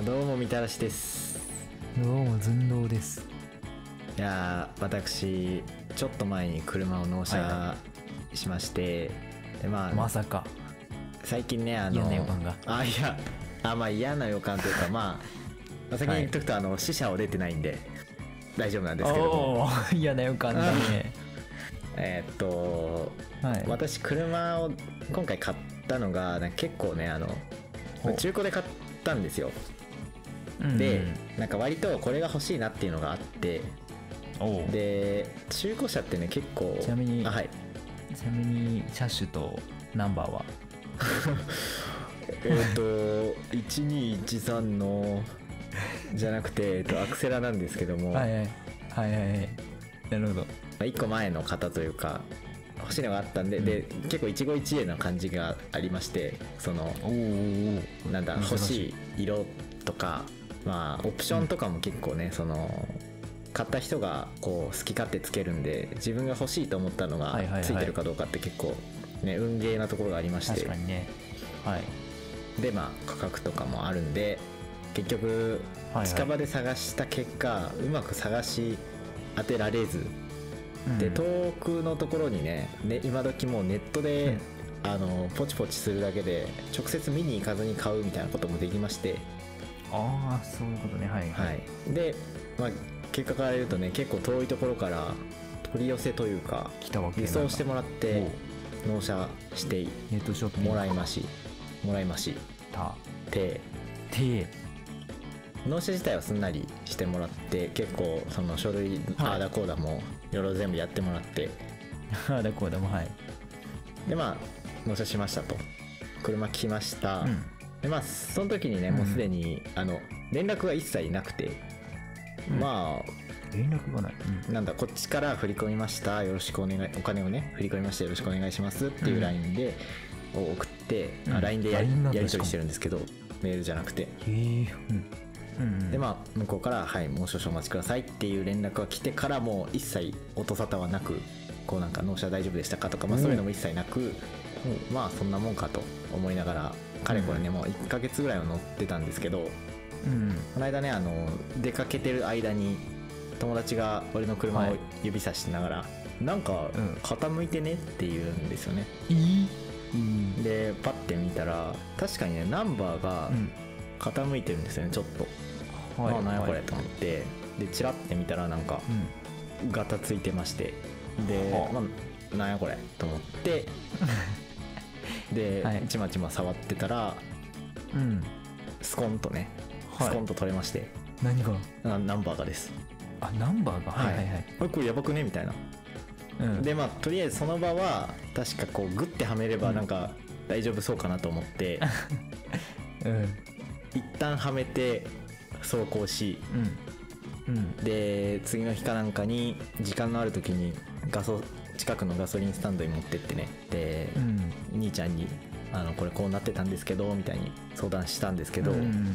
どうもみたらしです。 どうも寸胴です。 いや私ちょっと前に車を納車しまして、でまさか最近ね嫌な予感がまあ嫌な予感というか先に言っとくと死者は出てないんで大丈夫なんですけども、 嫌な予感だね。 私車を今回買ったのが結構ね中古で買ったんですよ。でなんか割とこれが欲しいなっていうのがあって、で中古車ってね結構ちなみに車種とナンバーは 1213のじゃなくてアクセラなんですけども、 はいなるほど。 1個前の型というか欲しいのがあったんで、で結構一期一会な感じがありまして、そのなんだ欲しい色とかオプションとかも結構ね、その買った人がこう好き勝手つけるんで、自分が欲しいと思ったのがついてるかどうかって結構ね運ゲーなところがありまして、 確かにね。 で価格とかもあるんで、結局近場で探した結果うまく探し当てられず、で遠くのところにね今時もうネットで、ポチポチするだけで直接見に行かずに買うみたいなこともできまして、 そういうことね。 で、結果から言うとね結構遠いところから取り寄せというか輸送してもらって納車してネットショッピングもらいました納車自体はすんなりしてもらって、結構その書類あーだこうだもいろいろ全部やってもらってあーだこうだもで納車しましたと。車来ました、でその時にねもうすでに、連絡が一切なくて、 連絡がない、 なんだこっちから振り込みましたよろしくお願い、お金をね振り込みましたよろしくお願いしますっていう LINE で、送って、LINE でやり取りしてるんですけど、メールじゃなくて、で向こうから「もう少々お待ちください」っていう連絡が来てからも一切音沙汰はなく、こうなんか納車大丈夫でしたかとか、そういうのも一切なく、そんなもんかと思いながらかれこれねもう1ヶ月ぐらいは乗ってたんですけど、この間ね出かけてる間に友達が俺の車を指さしながら、なんか傾いてねって言うんですよね。でパッて見たら確かにねナンバーが傾いてるんですよね、ちょっと。なんやこれと思って、でチラッて見たらなんかガタついてまして、でなんやこれと思ってでちまちま触ってたらスコンとねスコンと取れまして、 何がナンバーがです。 ナンバーがこれやばくねみたいな。でとりあえずその場は確かこうグッてはめればなんか大丈夫そうかなと思って一旦はめて走行し、で次の日かなんかに時間のある時に近くのガソリンスタンドに持ってってね、で、兄ちゃんにこれこうなってたんですけどみたいに相談したんですけど、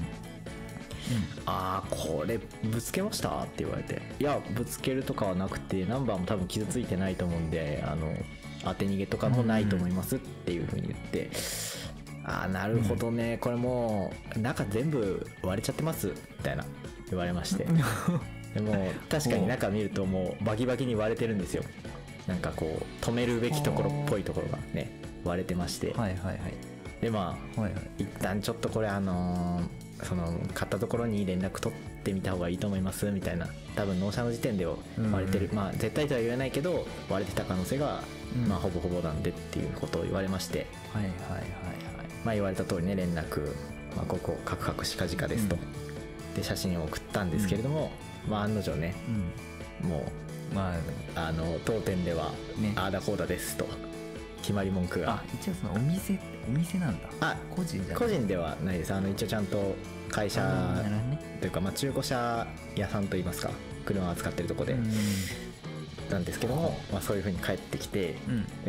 これぶつけましたって言われて、いやぶつけるとかはなくてナンバーも多分傷ついてないと思うんで当て逃げとかもないと思いますっていう風に言って、なるほどね、これもう中全部割れちゃってますみたいな言われましてでも確かに中見るともうバキバキに割れてるんですよ。なんかこう止めるべきところっぽいところがね割れてまして、で一旦ちょっとこれその買ったところに連絡取ってみた方がいいと思いますみたいな、多分納車の時点で割れてる、絶対とは言えないけど割れてた可能性がほぼほぼなんでっていうことを言われまして、言われた通りね連絡、ここカクカクしかじかですと、で写真を送ったんですけれども、案の定ね、もう当店ではあーだこうだですと決まり文句が。 一応そのお店なんだ。個人ではないです。一応ちゃんと会社というか、中古車屋さんといいますか車を扱ってるとこでなんですけども、そういう風に帰ってきて、で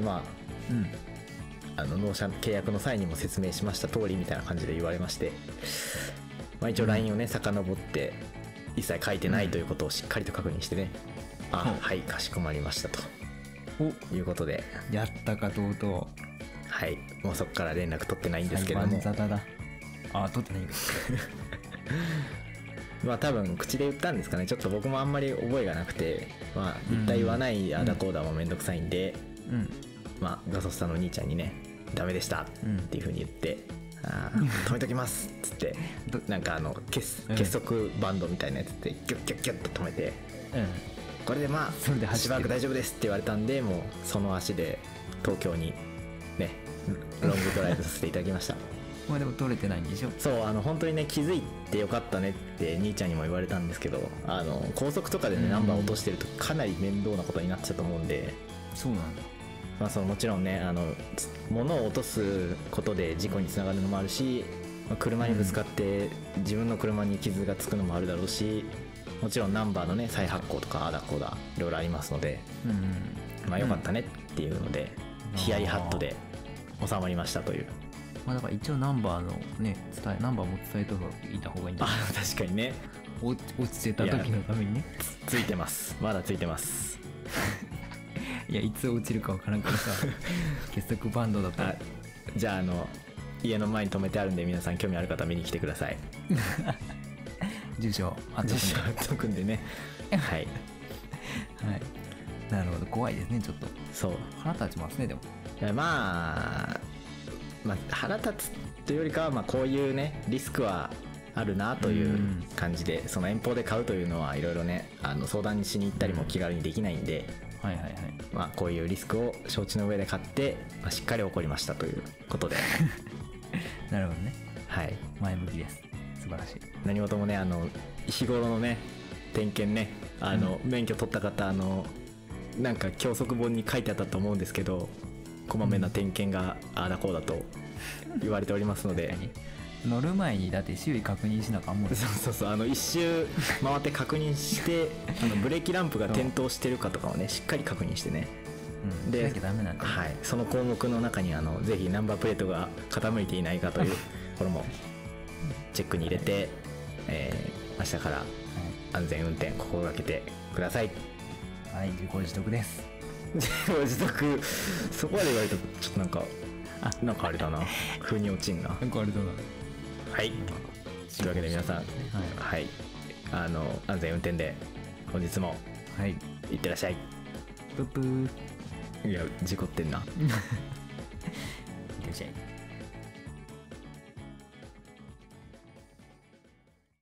納車契約の際にも説明しました通りみたいな感じで言われまして、一応 LINE をね遡って一切書いてないということをしっかりと確認してね、はいかしこまりましたということで、 やったかとうとう。 もうそこから連絡取ってないんですけれども、 裁判沙汰だ。取ってないんかまあ多分口で言ったんですかね。ちょっと僕もあんまり覚えがなくて、まあ言った言わないあだこうだもめんどくさいんで、まあガソスタのお兄ちゃんにねダメでしたっていう風に言って、止めときますっつってなんか結束バンドみたいなやつでギュッギュッギュッと止めて、これでまあそれでしばらく大丈夫ですって言われたんで、もうその足で東京にねロングドライブさせていただきました。 まあでも取れてないんでしょ。 そう本当にね気づいてよかったねって兄ちゃんにも言われたんですけど、高速とかでねナンバー落としてるとかなり面倒なことになっちゃうと思うんで。 そうなんだ。 まあ、もちろんね物を落とすことで事故につながるのもあるし、車にぶつかって自分の車に傷がつくのもあるだろうし、もちろんナンバーのね再発行とかあだこうだいろいろありますので、まあよかったねっていうので、ヒヤリハットで収まりましたという。 まあだから一応ナンバーのねナンバーも伝えておいた方がいいんじゃない。 確かにね、 落ちてた時のためにね。 ついてます、まだついてます。 いやいつ落ちるか分からんからさ結束バンドだったら。 じゃあ家の前に止めてあるんで、皆さん興味ある方見に来てください。 住所貼っとくんでね。はいはい、 なるほど。怖いですねちょっと。 そう腹立ちますね。でもまあ腹立つというよりかは、まあこういうねリスクはあるなという感じで、その遠方で買うというのはいろいろね相談にしに行ったりも気軽にできないんで、まあこういうリスクを承知の上で買って、まあ、しっかり起こりましたということで。 なるほどね。 はい、 前向きです。素晴らしい。何事もね日頃のね点検ね免許取った方なんか教則本に書いてあったと思うんですけど、こまめな点検がああだこうだと言われておりますので。 乗る前にだって周囲確認しなかんもんね。 そう一周回って確認してブレーキランプが点灯してるかとかをねしっかり確認してね、 でダメなんだ、 はい、その項目の中にぜひナンバープレートが傾いていないかというこれもチェックに入れて、明日から安全運転心がけてください。 はい、自己自得です。 自己自得、そこまで言われるとちょっとなんかあれだな、風に落ちんな。 なんかあれだな。 はい、というわけで皆さん、はい、安全運転で本日もいってらっしゃい。 プップー。 いや事故ってんな。 いってらっしゃい。